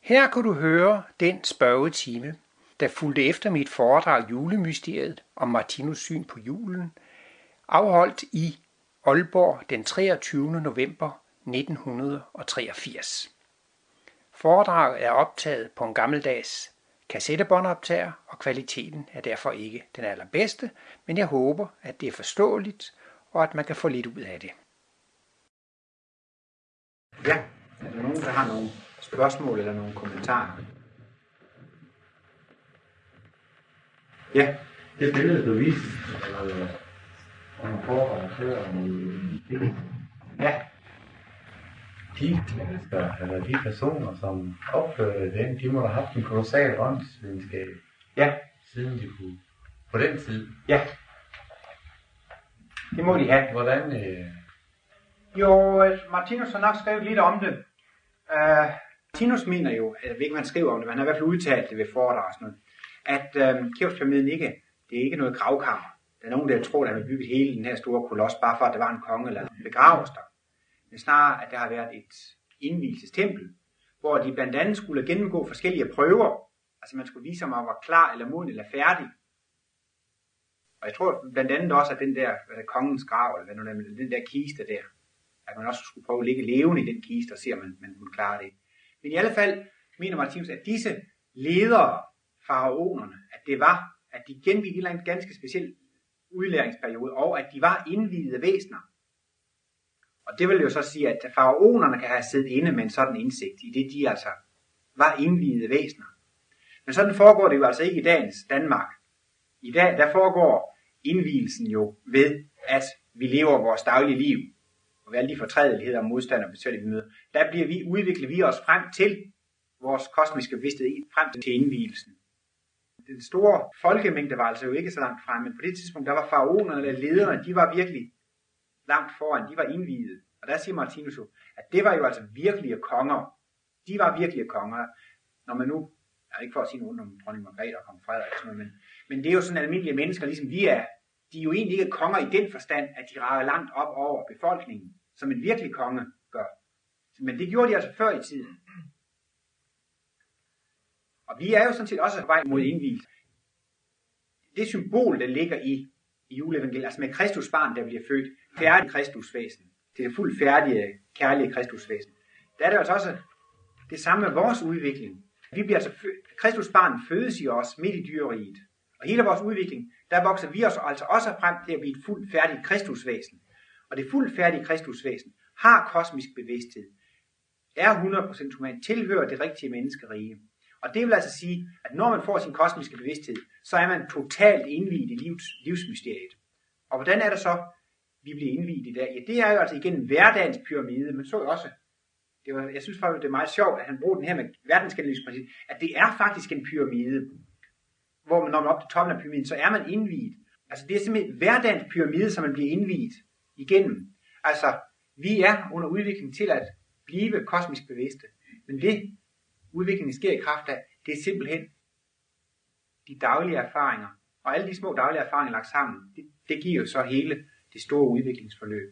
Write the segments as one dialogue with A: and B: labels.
A: Her kunne du høre den spørgetime, der fulgte efter mit foredrag Julemysteriet om Martinus syn på julen, afholdt i Aalborg den 23. november 1983. Foredraget er optaget på en gammeldags kassettebåndoptager, og kvaliteten er derfor ikke den allerbedste, men jeg håber, at det er forståeligt, og at man kan få lidt ud af det.
B: Ja, er der nogen, der har nogle spørgsmål eller nogle kommentarer? Ja.
C: Det billede, du viste, om foredrag
B: Ja.
C: De mennesker, eller de personer, som opførte den, de må have haft en kolossal åndsvidenskab.
B: Ja.
C: Siden de kunne. På den tid.
B: Ja. Det må de have.
C: Hvordan?
B: Jo, Martinus har nok skrevet lidt om det. Martinus mener jo, jeg ved ikke, hvad han skriver om det, men han har i hvert fald udtalt det ved foredrag og sådan noget, at Keopspyramiden det er ikke noget gravkammer. Der er nogen, der tror, at han har bygget hele den her store kolos, bare for at der var en konge eller begraves der. Men snarere, at der har været et indvielsestempel, hvor de blandt andet skulle gennemgå forskellige prøver. Altså man skulle vise, om man var klar eller moden eller færdig. Og jeg tror blandt andet også, at den der kongens grav, eller hvad nu der, den der kiste der, at man også skulle prøve at ligge levende i den kiste og se, om man kunne klare det. Men i alle fald mener Martinus, at disse ledere, faraonerne, at de gennemgik en eller anden ganske speciel udlæringsperiode, og at de var indvidede væsener. Og det vil jo så sige, at faraonerne kan have siddet inde med en sådan indsigt i det, de altså var indvidede væsener. Men sådan foregår det jo altså ikke i dagens Danmark. I dag, der foregår indvielsen jo ved, at vi lever vores daglige liv. Og ved alle de fortrædeligheder og modstand og besværlige vi møder, der udvikler vi os frem til vores kosmiske bevidsthed, frem til indvielsen. Den store folkemængde var altså jo ikke så langt frem, men på det tidspunkt, der var faraonerne eller lederne, de var virkelig langt foran, de var indviede. Og der siger Martinus jo, at det var jo altså virkelige konger. De var virkelige konger. Når man nu, jeg er ikke for at sige noget om dronning Margrethe og kong Frederik og sådan noget, men det er jo sådan almindelige mennesker, ligesom vi er. De er jo egentlig ikke konger i den forstand, at de rækker langt op over befolkningen, som en virkelig konge gør. Men det gjorde de altså før i tiden. Og vi er jo sådan set også på vej mod indvielse. Det symbol, der ligger i juleevangeliet, altså med Kristusbarn, der bliver født, færdig Kristusvæsen, det er fuldt færdige, kærlige Kristusvæsen, der er det altså også det samme med vores udvikling. Vi bliver altså Kristusbarn fødes i os midt i dyreriget. Og hele vores udvikling, der vokser vi os altså også frem til at blive et fuldt færdigt Kristusvæsen. Og det fuldt færdige Kristusvæsen har kosmisk bevidsthed, er 100% human, tilhører det rigtige menneskerige. Og det vil altså sige, at når man får sin kosmiske bevidsthed, så er man totalt indviet i livsmysteriet. Og hvordan er det så, vi bliver indviet i dag? Ja, det er jo altså igen hverdagens pyramide, men så også, jeg synes faktisk, det er meget sjovt, at han bruger den her med verdensgennemlysprincip, at det er faktisk en pyramide, hvor man når man op til toppen af pyramiden, så er man indviet. Altså det er simpelthen hverdagens pyramide, som man bliver indviet igennem. Altså vi er under udvikling til at blive kosmisk bevidste, men det udviklingen sker i kraft af, det er simpelthen de daglige erfaringer, og alle de små daglige erfaringer lagt sammen, det giver jo så hele det store udviklingsforløb.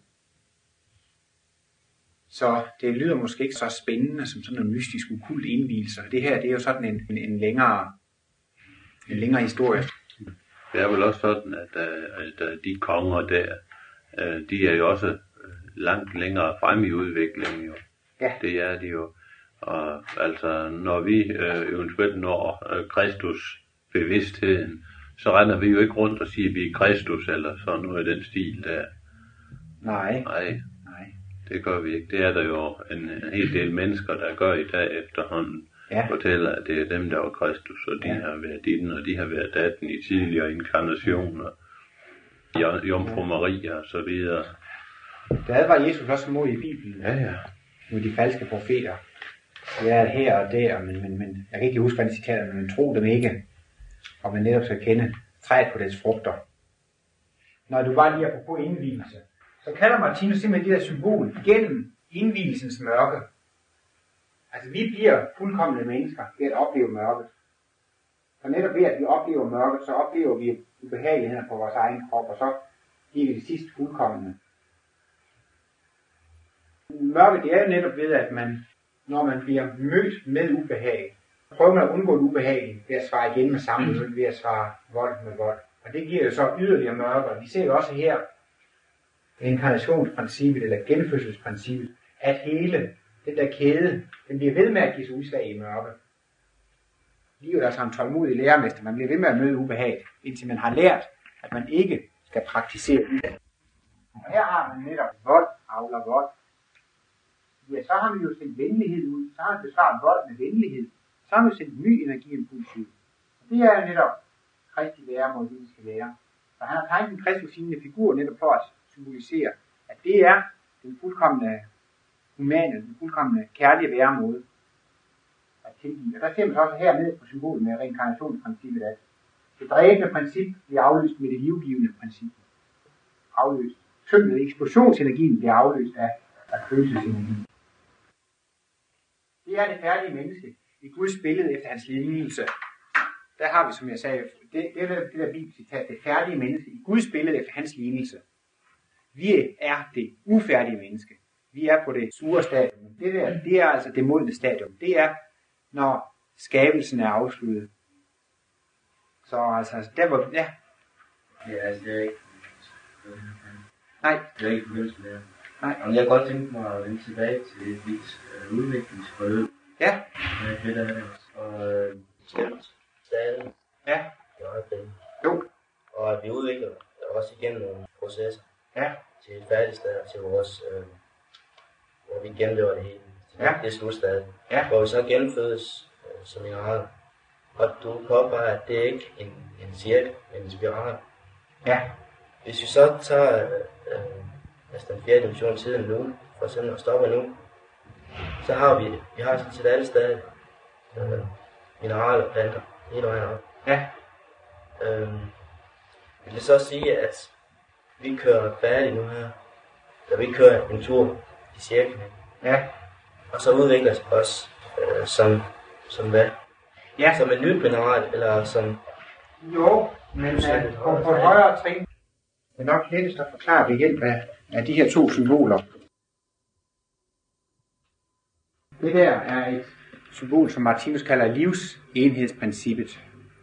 B: Så det lyder måske ikke så spændende som sådan en mystisk, okult indvielse. Det her, det er jo sådan en længere historie.
D: Det er vel også sådan, at de konger der, de er jo også langt længere frem i udviklingen. Jo.
B: Ja.
D: Det er de jo. Og altså, når vi eventuelt når Kristus bevidstheden, så render vi jo ikke rundt og siger, at vi er Kristus eller sådan noget i den stil der.
B: Nej.
D: Det gør vi ikke. Det er der jo en hel del mennesker, der gør i dag efterhånden. Ja. Fortæller, at det er dem, der var Kristus, og de har været inden, og de har været datten i tidligere inkarnationer. Jomfru Maria og så videre.
B: Der var Jesus også mod i Bibelen.
D: Ja.
B: Mod de falske profeter. Det er her og der, men jeg kan ikke huske, hvad de citerer, men tro dem ikke. Og man netop skal kende træet på dets frugter. Når du bare lige er på indvielse, så kalder Martinus simpelthen det der symbol gennem indvielsens mørke. Altså vi bliver fuldkomne mennesker ved at opleve mørket. For netop ved at vi oplever mørket, så oplever vi ubehageligheder på vores egen krop, og så bliver vi det sidste fuldkomne. Mørket, det er jo netop ved, at man når man bliver mødt med ubehag, prøver man at undgå et ubehag ved at svare igen med samme møde, ved at svare vold med vold. Og det giver jo så yderligere mørke. Vi ser jo også her inkarnationsprincippet eller genfødselsprincippet, at hele den der kæde, den bliver ved med at give sig udslag i mørke. Livet er altså en tålmodig lærermester. Man bliver ved med at møde ubehag, indtil man har lært, at man ikke skal praktisere det. Og her har man netop vold, avler vold. Ja, så har vi jo sendt venlighed ud. Så har vi besvaret vold med venlighed. Så har vi sendt ny energiimpuls ud. Og det er jo netop Kristi lære mod det, vi skal lære. Og han har tegnet en kristuslignende figur netop for at symbolisere, at det er den fuldkommende humane, den fuldkommende kærlige væremåde at tilgive. Og der ser man så også hernede på symbolet med reinkarnationsprincippet, at det dræbende princip bliver afløst med det livgivende princip. Afløst. Tyngden, eksplosionsenergien bliver afløst af følelsesenergien. Det er det færdige menneske i Guds billede efter hans lignelse. Der har vi, som jeg sagde, det der bibelcitat, det færdige menneske i Guds billede efter hans lignelse. Vi er det ufærdige menneske. Vi er på det sure stadium. Det er altså det modne stadium. Det er, når skabelsen er afsluttet. Så altså, der var, ja.
C: Ja, altså, det er ikke...
B: Nej.
C: Det er ikke begyndt med det.
B: Nej.
C: Og jeg kan godt tænke mig at vende tilbage til et udviklingsforløb.
B: Ja.
C: Med det der og stadig.
B: Ja. Jo.
E: Og at vi udvikler også igennem nogle processer.
B: Ja.
E: Til et færdigt stadie, til vores, hvor vi gennemlever det hele.
B: Ja.
E: Det er slutstadiet.
B: Ja.
E: Hvor vi så genfødes som mineraler. Og du påpeger, at det er ikke en cirkel, men en spiral.
B: Ja.
E: Hvis vi så tager altså den 4. dimension tiden nu, for eksempel at stoppe nu, så har vi har sådan set alle stadier. Mineraler og planter, hele vejen op.
B: Ja.
E: Jeg vil så sige, at vi kører færdigt nu her, da vi kører en tur i cirklen.
B: Ja.
E: Og så udvikler os også som hvad?
B: Ja.
E: Som et nyt mineral, eller som...
B: Jo, men på et højere trin. Det er nok lettest at forklare ved hjælp af de her to symboler. Det der er et symbol, som Martinus kalder livsenhedsprincippet.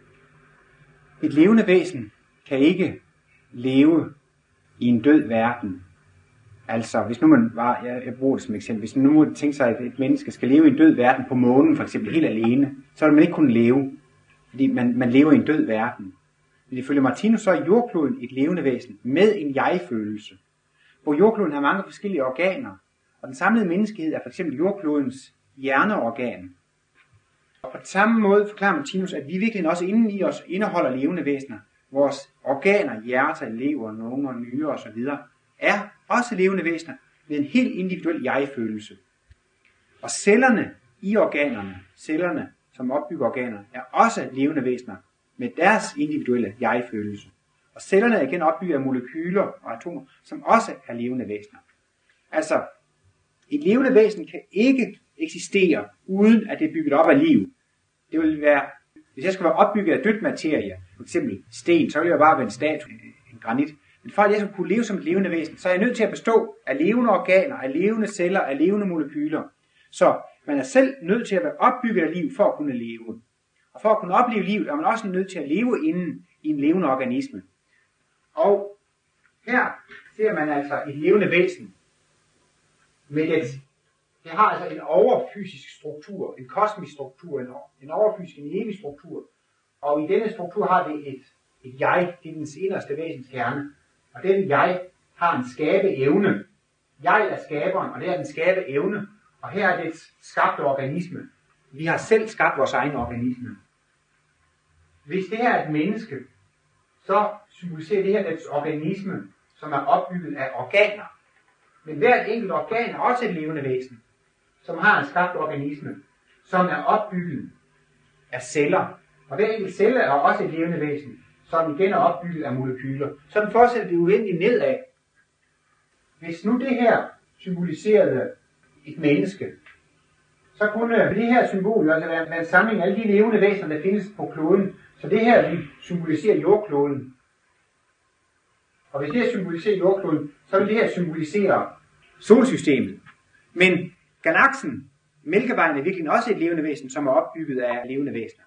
B: Et levende væsen kan ikke leve i en død verden. Altså, hvis nu man var, jeg bruger det som eksempel, hvis man nu må tænke sig, at et menneske skal leve i en død verden på månen, for eksempel helt alene, så vil man ikke kunne leve, fordi man lever i en død verden. Men ifølge Martinus så er jordkloden et levende væsen med en jeg-følelse, hvor jordkloden har mange forskellige organer, og den samlede menneskehed er for eksempel jordklodens hjerneorgan. Og på samme måde forklarer Martinus, at vi virkelig også inden i os indeholder levende væsener. Vores organer, hjerter, lever, lunger, nyrer osv. er også levende væsener med en helt individuel jeg-følelse. Og cellerne i organerne, cellerne som opbygger organerne, er også levende væsener med deres individuelle jeg-følelse. Og cellerne er igen opbygget af molekyler og atomer, som også er levende væsener. Altså, et levende væsen kan ikke eksistere, uden at det er bygget op af liv. Det vil være, hvis jeg skal være opbygget af dødt materie, for eksempel sten, så vil jeg bare være en statue, en granit. Men for at jeg skal kunne leve som et levende væsen, så er jeg nødt til at bestå af levende organer, af levende celler, af levende molekyler. Så man er selv nødt til at være opbygget af liv for at kunne leve. Og for at kunne opleve livet, er man også nødt til at leve inden i en levende organisme. Og her ser man altså et levende væsen. Men det har altså en overfysisk struktur, en kosmisk struktur, en overfysisk, en evig struktur. Og i denne struktur har det et jeg, det er dens inderste væsens kerne. Og den jeg har en skabeevne. Jeg er skaberen, og det er den skabeevne. Og her er det et skabt organisme. Vi har selv skabt vores egen organisme. Hvis det her er et menneske, så symboliserer det her dets organisme, som er opbygget af organer. Men hvert enkelt organ er også et levende væsen, som har en skabt organisme, som er opbygget af celler. Og hver enkelt celle er også et levende væsen, som igen er opbygget af molekyler. Sådan fortsætter det uendeligt nedad. Hvis nu det her symboliserede et menneske, så kunne det her symbol altså være en samling af alle de levende væsener, der findes på kloden. Så det her symboliserer jordkloden. Og hvis det her symboliserer jordkloden, så vil det her symbolisere solsystemet. Men galaksen Mælkevejen er virkelig også et levende væsen, som er opbygget af levende væsener.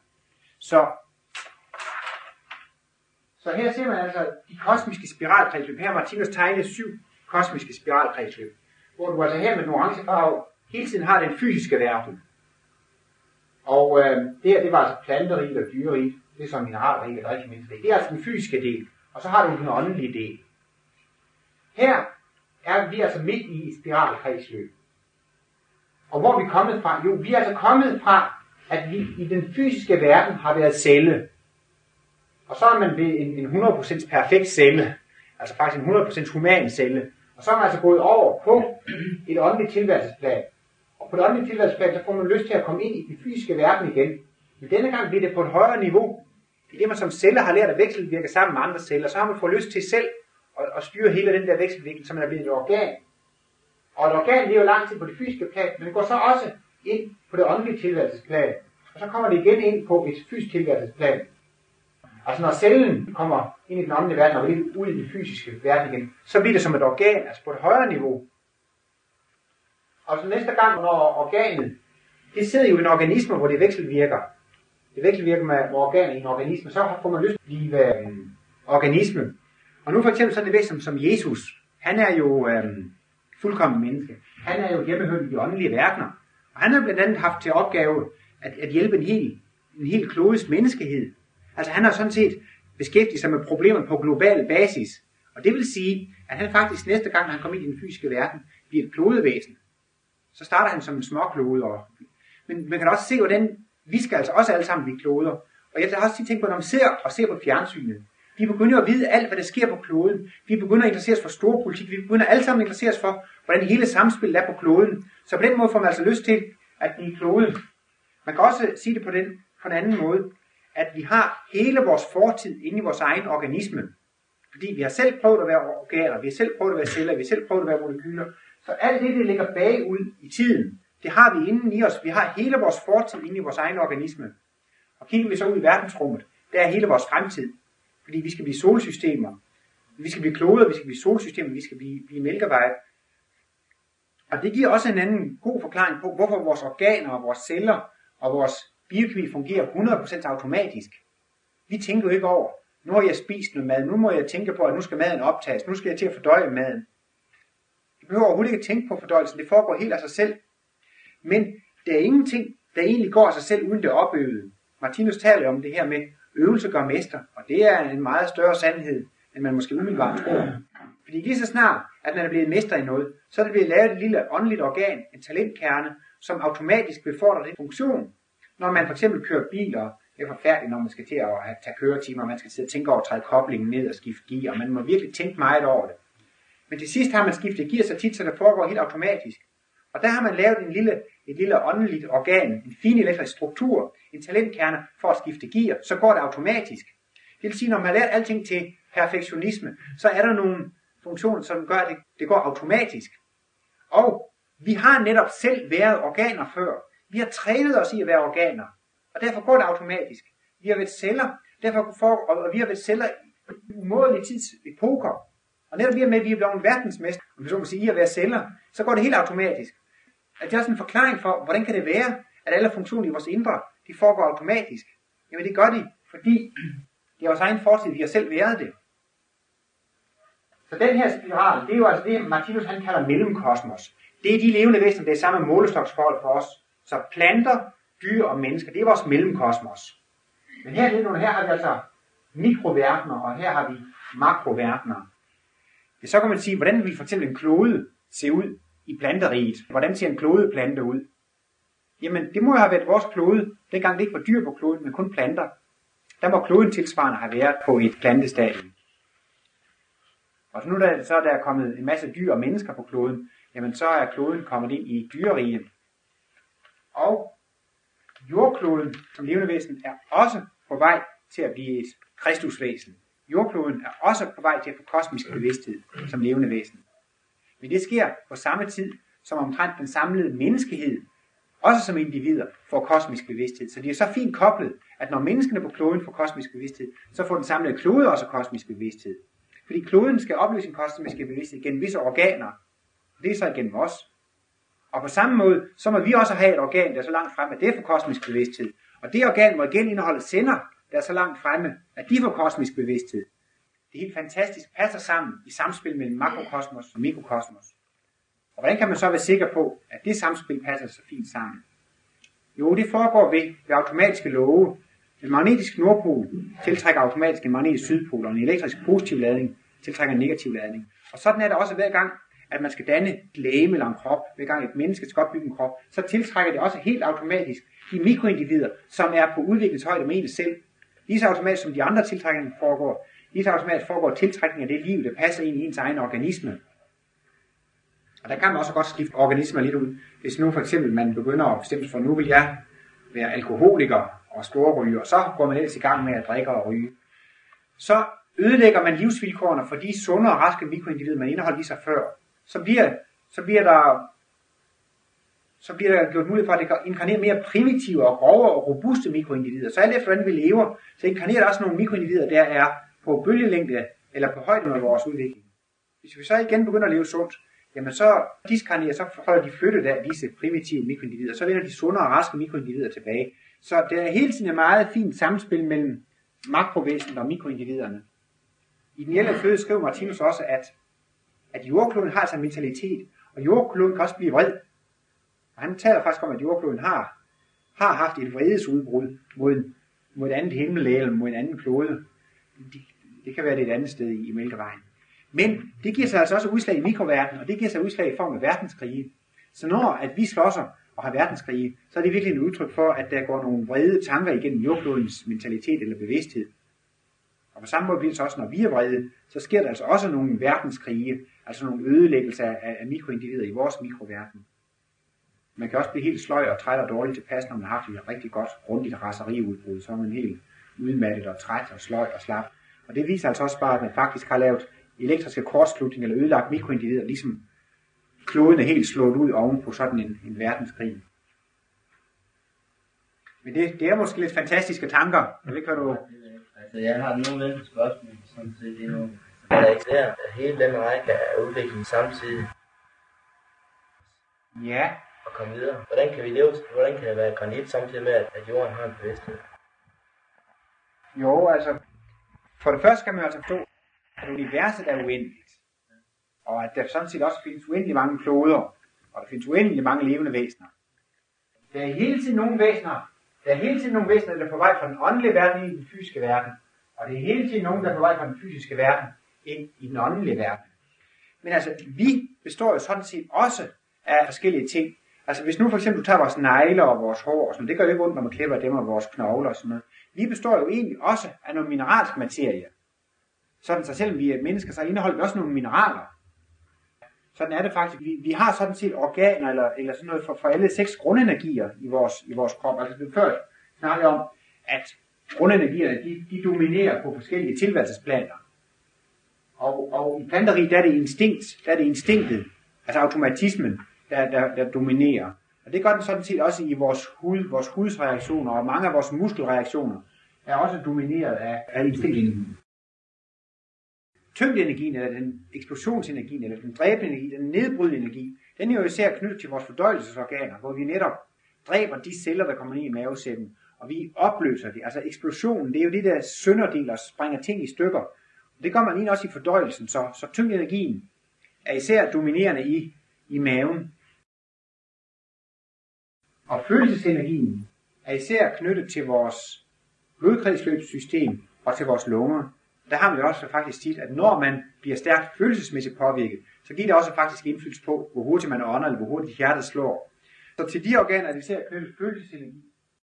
B: Så her ser man altså de kosmiske spiralkredsløb. Her har Martinus tegnet 7 kosmiske spiralkredsløb, hvor du altså her med den orange farve hele tiden har den fysiske verden. Og det her, det var altså planteriget og dyreriget. Det er så mineralriget og drikkemindsriget. Det er altså den fysiske del. Og så har du den åndelige del. Her er vi altså midt i et spiralkredsløb. Og hvor er vi kommet fra? Jo, vi er altså kommet fra, at vi i den fysiske verden har været celle. Og så er man ved en 100% perfekt celle. Altså faktisk en 100% human celle. Og så er man altså gået over på et åndeligt tilværelsesplan. Og på et åndeligt tilværelsesplan, så får man lyst til at komme ind i den fysiske verden igen. Men denne gang bliver det på et højere niveau. Det er det, man som celler har lært at vekselvirke sammen med andre celler. Så har man fået lyst til selv at styre hele den der vekselvirkning, som man er blevet et organ. Og et organ lever lang tid på det fysiske plan, men går så også ind på det åndelige tilværelsesplan. Og så kommer det igen ind på et fysisk tilværelsesplan. Altså når cellen kommer ind i den åndelige verden og ud i den fysiske verden igen, så bliver det som et organ, altså på et højere niveau. Og så næste gang, når organet, det sidder jo i en organisme, hvor det vekselvirker. Det vekselvirker med organet i en organisme, så får man lyst til at blive organisme. Og nu for eksempel sådan et væsen som Jesus, han er jo fuldkommen menneske. Han er jo hjemmehørende i de åndelige verdener. Og han har blandt andet haft til opgave at hjælpe en hel klodes menneskehed. Altså han har sådan set beskæftiget sig med problemer på global basis. Og det vil sige, at han faktisk næste gang, han kommer ind i den fysiske verden, bliver et klodevæsen. Så starter han som en småklode. Men man kan også se, hvordan vi skal altså også alle sammen blive kloder. Og jeg har også tænkt på, når man ser på fjernsynet. Vi begynder at vide alt, hvad der sker på kloden. Vi begynder at interessere os for storpolitik. Vi begynder alle sammen at interessere os for, hvordan hele samspillet er på kloden. Så på den måde får man altså lyst til at blive klode. Man kan også sige det på en anden måde, at vi har hele vores fortid inde i vores egen organisme. Fordi vi har selv prøvet at være organer, vi har selv prøvet at være celler, vi har selv prøvet at være molekyler. Så alt det ligger bagud i tiden, det har vi inde i os. Vi har hele vores fortid inde i vores egen organisme. Og kigger vi så ud i verdensrummet, der er hele vores fremtid. Fordi vi skal blive solsystemer, vi skal blive kloder, vi skal blive solsystemer, vi skal blive mælkeveje. Og det giver også en anden god forklaring på, hvorfor vores organer og vores celler og vores biokemi fungerer 100% automatisk. Vi tænker jo ikke over, nu har jeg spist noget mad, nu må jeg tænke på, at nu skal maden optages, nu skal jeg til at fordøje maden. Vi behøver overhovedet ikke at tænke på fordøjelsen, det foregår helt af sig selv. Men der er ingenting, der egentlig går af sig selv, uden det opøvede. Martinus taler om det her med, øvelse gør mester, og det er en meget større sandhed, end man måske umiddelbart tror. Fordi lige så snart, at man er blevet mester i noget, så er det blevet lavet et lille åndeligt organ, en talentkerne, som automatisk befordrer den funktion. Når man for eksempel kører biler, det er forfærdeligt, når man skal til at tage køretimer, man skal til at tænke over at træde koblingen ned og skifte gear, og man må virkelig tænke meget over det. Men til sidst har man skiftet gear så tit, så det foregår helt automatisk. Og der har man lavet et lille åndeligt organ, en fin elektrisk struktur, en talentkerne for at skifte gear, så går det automatisk. Det vil sige, når man har lært alting til perfektionisme, så er der nogle funktioner, som gør, at det går automatisk. Og vi har netop selv været organer før. Vi har trænet os i at være organer, og derfor går det automatisk. Vi har været celler, og vi har været celler i umådelige tidsepoker. Og netop vi er blevet verdensmester, om vi så må sige, i at være celler, så går det helt automatisk. At det er også en forklaring for, hvordan kan det være, at alle funktioner i vores indre, de foregår automatisk. Jamen det gør de, fordi det er vores egen fortid, vi har selv været det. Så den her spiral, det er jo altså det, Martinus han kalder mellemkosmos. Det er de levende væsener, der er samme målestoksforhold for os. Så planter, dyr og mennesker, det er vores mellemkosmos. Men her har vi altså mikroverdener, og her har vi makroverdener. Ja, så kan man sige, hvordan vil for eksempel en klode se ud i planteriget? Hvordan ser en klodeplante ud? Jamen, det må jo have været vores klode, dengang det ikke var dyr på kloden, men kun planter. Der må kloden tilsvarende have været på et plantestadie. Og så nu så er der kommet en masse dyr og mennesker på kloden, jamen så er kloden kommet ind i dyreriget. Og jordkloden som levende væsen er også på vej til at blive et kristusvæsen. Jordkloden er også på vej til at få kosmisk bevidsthed som levende væsen. Men det sker på samme tid, som omtrent den samlede menneskehed, også som individer, får kosmisk bevidsthed. Så det er så fint koblet, at når menneskene på kloden får kosmisk bevidsthed, så får den samlede klode også kosmisk bevidsthed. Fordi kloden skal opløse sin kosmiske bevidsthed gennem visse organer. Det er så igennem os. Og på samme måde, så må vi også have et organ, der er så langt fremme, at det er for kosmisk bevidsthed. Og det organ må igen indeholde sender, der er så langt fremme, at de får kosmisk bevidsthed. Det helt fantastisk passer sammen i samspil mellem makrokosmos og mikrokosmos. Og hvordan kan man så være sikker på, at det samspil passer så fint sammen? Jo, det foregår ved automatiske love. En magnetisk nordpol tiltrækker automatisk en magnetisk sydpol, og en elektrisk positiv ladning tiltrækker en negativ ladning. Og sådan er det også hver gang, at man skal danne et legeme eller en krop, hver gang et menneske skal opbygge en krop, så tiltrækker det også helt automatisk de mikroindivider, som er på udviklingshøjde med en selv. Lige så automatisk som de andre tiltrækninger foregår, lige så automatisk foregår tiltrækning af det liv, der passer ind i ens egen organisme. Og der kan man også godt skifte organismer lidt ud. Hvis nu for eksempel man begynder at bestemme sig for, nu vil jeg være alkoholiker og storryger, og så går man ellers i gang med at drikke og ryge. Så ødelægger man livsvilkårene for de sunde og raske mikroindivider, man indeholdt i sig før. Så bliver der gjort mulighed for, at det kan inkarnere mere primitive og grovere og robuste mikroindivider. Så alt efter hvordan vi lever, så inkarnerer der også nogle mikroindivider, der er på bølgelængde eller på højde med vores udvikling. Hvis vi så igen begynder at leve sundt, jamen så diskarnerer, så holder de flyttet af disse primitive mikroindivider, så vender de sunde og raske mikroindivider tilbage. Så der er hele tiden et meget fint samspil mellem makrovæsenet og mikroindividerne. I den hjælpende føde skriver Martinus også, at jordkloden har altså en mentalitet, og jordkloden kan også blive vred. Og han taler faktisk om, at jordkloden har haft et vredesudbrud mod et andet himmellegeme eller mod en anden klode. Det kan være det et andet sted i Mælkevejen. Men det giver sig altså også udslag i mikroverdenen, og det giver sig udslag i form af verdenskrige. Så når at vi slåsser og har verdenskrige, så er det virkelig et udtryk for, at der går nogle vrede tanker igennem jordklodens mentalitet eller bevidsthed. Og på samme måde bliver det så også, når vi er vrede, så sker der altså også nogle verdenskrige, altså nogle ødelæggelser af mikroindivider i vores mikroverden. Man kan også blive helt sløj og træt og dårligt tilpas, når man har haft et rigtig godt, grundigt raseriudbrud. Så er man helt udmattet og træt og sløj og slap. Og det viser altså også bare, at man faktisk har lavet elektriske kortslutninger eller ødelagt mikroindivider, ligesom kloden er helt slået ud oven på sådan en verdenskrig. Men det er måske lidt fantastiske tanker. Jeg ved ikke, hvad du...
E: Altså, jeg har nogle vente spørgsmål, sådan set det nu. Er der ikke der hele den række af udvikling samtidig?
B: Ja.
E: Og komme videre. Hvordan kan det være granit samtidig med, at jorden har en bevidsthed?
B: Jo, altså, for det første kan man altså forstå, at universet er uendeligt. Og at der sådan set også findes uendelig mange kloder, og der findes uendelig mange levende væsener. Der er hele tiden nogle væsener, der er på vej fra den åndelige verden ind i den fysiske verden. Og det er hele tiden nogen, der er på vej fra den fysiske verden ind i den åndelige verden. Men altså, vi består jo sådan set også af forskellige ting. Altså, hvis nu for eksempel du tager vores negle og vores hår, og sådan, det gør jo ikke ondt, når man klipper dem og vores knogler og sådan noget. Vi består jo egentlig også af noget mineralsk materie. Sådan så selvom vi er mennesker, så indeholder vi også nogle mineraler. Sådan er det faktisk. Vi har sådan set organer eller sådan noget for alle 6 grundenergier i vores krop. Altså før snakkede om, at grundenergierne de dominerer på forskellige tilværelsesplaner. Og i planteriget der er det instinktet, altså automatismen, der dominerer. Og det gør den sådan set også i vores hudsreaktioner, og mange af vores muskelreaktioner er også domineret af instinktenergien. Tyngdenergien, eller den eksplosionsenergien, eller den dræbende energi, den nedbrydende energi, den er jo især knyttet til vores fordøjelsesorganer, hvor vi netop dræber de celler, der kommer ind i mavesækken, og vi opløser det. Altså eksplosionen, det er jo det der sønderdel, der springer ting i stykker. Det gør man egentlig også i fordøjelsen, så tyngdenergien er især dominerende i maven. Og følelsesenergien er især knyttet til vores blodkredsløbssystem og til vores lunger. Der har man jo også faktisk tit, at når man bliver stærkt følelsesmæssigt påvirket, så giver det også faktisk indflydelse på, hvor hurtigt man ånder, eller hvor hurtigt hjertet slår. Så til de organer er det især knyttet følelsesenergi.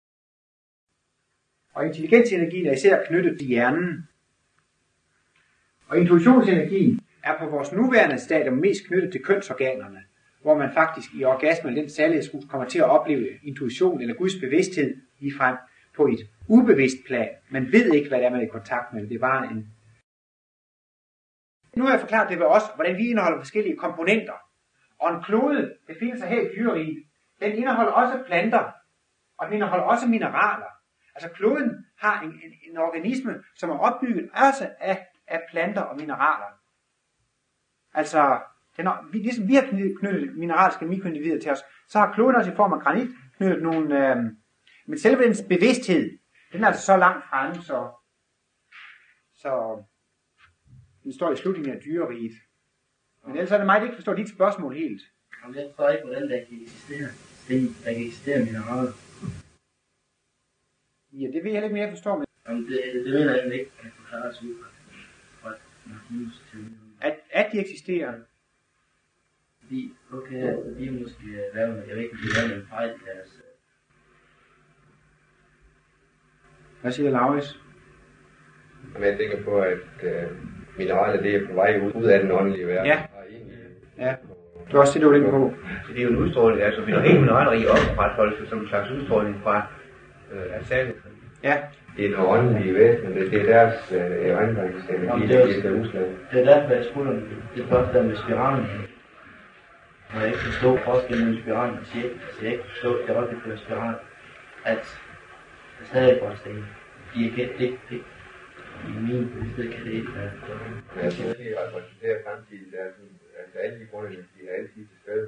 B: Og intelligensenergien er især knyttet til hjernen. Og intuitionsenergien er på vores nuværende stadium mest knyttet til kønsorganerne, hvor man faktisk i orgasmen, den særlighedsrus, kommer til at opleve intuition eller Guds bevidsthed ligefrem på et ubevidst plan. Man ved ikke, hvad det er, man er i kontakt med. Det er bare en... Nu har jeg forklaret det ved os, hvordan vi indeholder forskellige komponenter. Og en klode, det findes sig her i dyreriget, den indeholder også planter, og den indeholder også mineraler. Altså kloden har en organisme, som er opbygget også af planter og mineraler. Altså Ligesom vi har knyttet mineralske mikroindivider til os, så har kloden også i form af granit knyttet nogle... men selve dens bevidsthed, den er altså så langt fremme, så den står i slutningen af dyreriget. Men ellers er det mig, der ikke forstår dit spørgsmål helt.
E: Jeg forstår ikke, hvordan der kan eksistere sten, der kan eksistere mineraler.
B: Ja, det ved jeg heller ikke mere, jeg forstår. Men...
E: Jamen, det mener jeg ikke, at forklare os ud fra
B: at de eksisterer.
E: Fordi, okay, de er måske lavet, jeg ved ikke, om de lavet en fejl i deres...
B: Hvad siger Lauris?
C: Jeg tænker på, at mineraler det er på vej ud af den åndelige verden.
B: Ja. Du har også det, du er på.
F: Det er jo en udstråling, altså vi har helt mineralrig opretholdelse som en slags udstråling fra Asal.
B: Ja.
C: Det er en åndelige væsen, det er deres erindringsenergi, det er udslag.
E: Det er derfor, jeg spurgte det første der med spiralen. Når jeg ikke forstår forskellen mellem spiralen og cirkel, så jeg ikke forstår, at det også er spiral, at der stadig går sten. De er kendt det. I min bevidsthed kan det ikke være.
C: Men jeg tror ikke, at repræsenterer fremtiden, der er sådan, altså alle de grunde, de er altid til stede.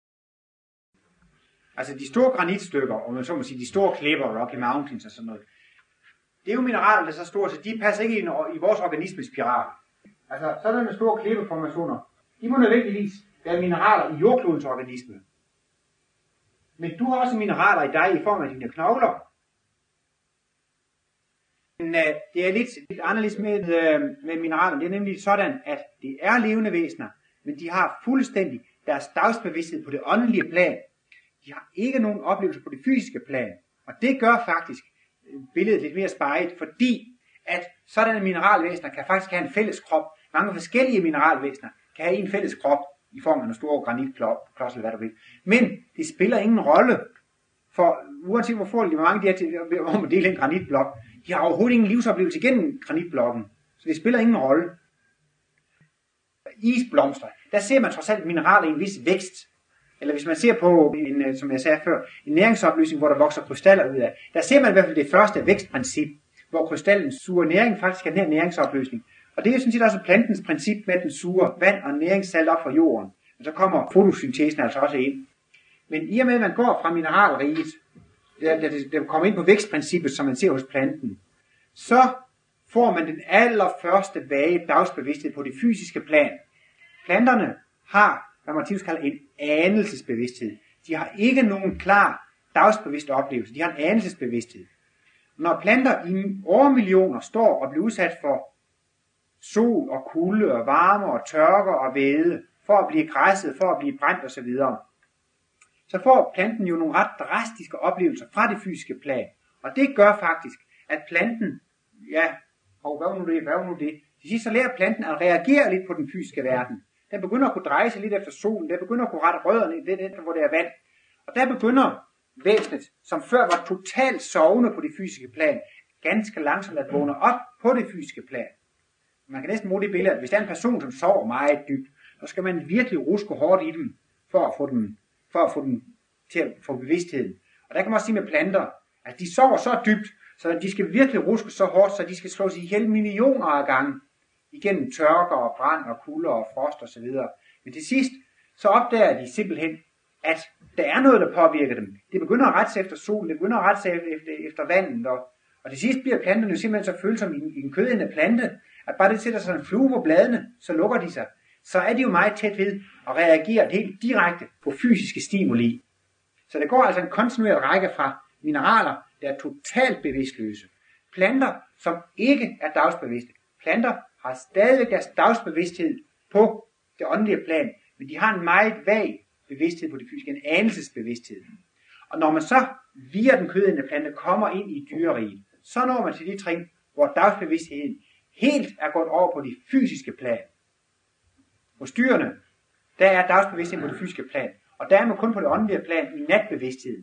B: Altså de store granitstykker, og man så må sige, de store klipper, Rocky Mountains og sådan noget, det er jo mineraler, der er så store, så de passer ikke ind i vores organismes spiral. Altså sådan med store klippeformationer, de må nødvendigvis være mineraler i jordklodens organisme. Men du har også mineraler i dig i form af dine knogler. Men det er lidt anderledes med mineraler. Det er nemlig sådan, at det er levende væsener, men de har fuldstændig deres dagsbevidsthed på det åndelige plan. De har ikke nogen oplevelse på det fysiske plan. Og det gør faktisk billedet lidt mere speget, fordi at sådanne mineralvæsener kan faktisk have en fælles krop. Mange forskellige mineralvæsener kan have en fælles krop i form af nogle store granitklods eller hvad du vil. Men det spiller ingen rolle, for uanset hvor mange de er om at dele en granitblok, de har overhovedet ingen livsoplevelse gennem granitblokken, så det spiller ingen rolle. Isblomster, der ser man trods alt mineraler i en vis vækst. Eller hvis man ser på, som jeg sagde før, en næringsopløsning, hvor der vokser krystaller ud af, der ser man i hvert fald det første vækstprincip, hvor krystallen suger næring faktisk er den her næringsopløsning. Og det er jo sådan set også plantens princip med, at den suger vand og næringssalt op fra jorden. Og så kommer fotosyntesen altså også ind. Men i og med, at man går fra mineralriget, der kommer ind på vækstprincippet, som man ser hos planten, så får man den allerførste vage dagsbevidsthed på det fysiske plan. Planterne har, hvad Martinus kalder en anelsesbevidsthed. De har ikke nogen klar dagsbevidst oplevelse, de har en anelsesbevidsthed. Når planter i årmillioner står og bliver udsat for sol og kulde og varme og tørke og væde, for at blive græsset, for at blive brændt osv., så får planten jo nogle ret drastiske oplevelser fra det fysiske plan. Og det gør faktisk, at planten, hvad var nu det? Til sidst så lærer planten at reagere lidt på den fysiske verden. Den begynder at kunne dreje sig lidt efter solen, den begynder at kunne rette rødderne lidt efter, hvor det er vand. Og der begynder væsenet, som før var totalt sovende på det fysiske plan, ganske langsomt at vågne op på det fysiske plan. Man kan næsten bruge det billede, at hvis der er en person, som sover meget dybt, så skal man virkelig ruske hårdt i dem, for at få dem til at få bevidstheden. Og der kan man også sige med planter, at de sover så dybt, så de skal virkelig ruske så hårdt, så de skal slås ihjel millioner af gange, igennem tørker og brand og kulde og frost osv. Men til sidst, så opdager de simpelthen, at der er noget, der påvirker dem. Det begynder at rette sig efter solen, det begynder at rette sig efter vandet, og til sidst bliver planterne jo simpelthen så følsomme i en kødende plante, at bare det sætter sig en flue på bladene, så lukker de sig. Så er de jo meget tæt ved at reagere helt direkte på fysiske stimuli. Så det går altså en kontinuerlig række fra mineraler, der er totalt bevidstløse. Planter, som ikke er dagsbevidste. Planter har stadigvæk deres dagsbevidsthed på det åndelige plan, men de har en meget vag bevidsthed på det fysiske, en anelsesbevidsthed. Og når man så via den kødende plante kommer ind i dyreriget, så når man til de trin, hvor dagsbevidstheden helt er gået over på det fysiske plan. Hos dyrene, der er dagsbevidstheden på det fysiske plan, og der er man kun på det åndelige plan i natbevidstheden.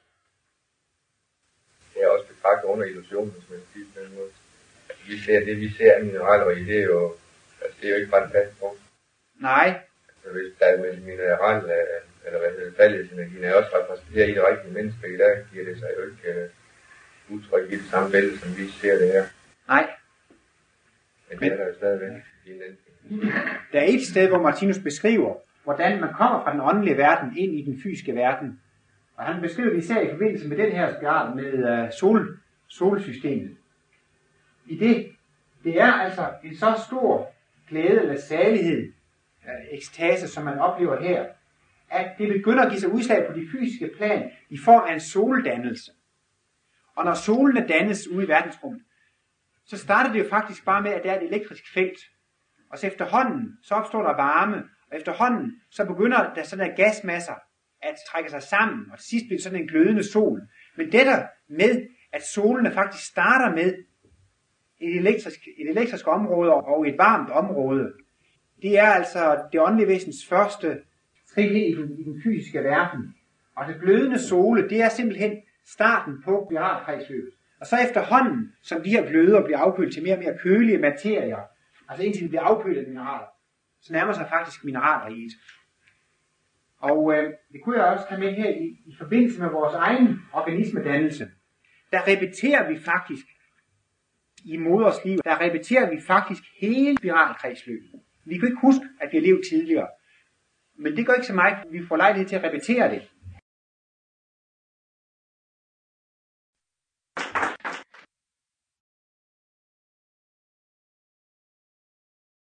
C: Det er også betragtet under illusionen, som jeg siger på den måde. Altså, vi ser af mineraler i, det er jo ikke bare en fast punkt.
B: Nej.
C: Altså, hvis der er med mineral, eller fællesenergien er også repræsenteret i det rigtige mennesker i dag, giver det sig jo ikke udtryk i det samme billede, som vi ser det her.
B: Nej.
C: Men det er der jo stadigvæk i den.
B: Der er et sted, hvor Martinus beskriver, hvordan man kommer fra den åndelige verden ind i den fysiske verden. Og han beskriver det især i forbindelse med den her spiral med solsystemet. I det er altså en så stor glæde eller salighed, ekstase, som man oplever her, at det begynder at give sig udslag på de fysiske plan i form af en soldannelse. Og når solene dannes ude i verdensrummet, så starter det jo faktisk bare med, at der er et elektrisk felt. Og så efterhånden, så opstår der varme, og efterhånden, så begynder der sådan der gasmasser at trække sig sammen, og til sidst bliver sådan en glødende sol. Men det der med, at solene faktisk starter med et elektrisk område og et varmt område, det er altså det åndelige væsens første skridt ind i den fysiske verden. Og det glødende sole, det er simpelthen starten på spiralkredsløbet. Og så efterhånden, som de her gløder bliver afkølet til mere og mere kølige materier, altså indtil de bliver afkølet af mineraler, så nærmer sig faktisk mineralriget. Og det kunne jeg også tage med her i forbindelse med vores egen organismedannelse. Der repeterer vi faktisk i moders liv, der repeterer vi faktisk hele spiralkredsløbet. Vi kan ikke huske, at vi har levet tidligere. Men det gør ikke så meget, vi får lejlighed til at repetere det.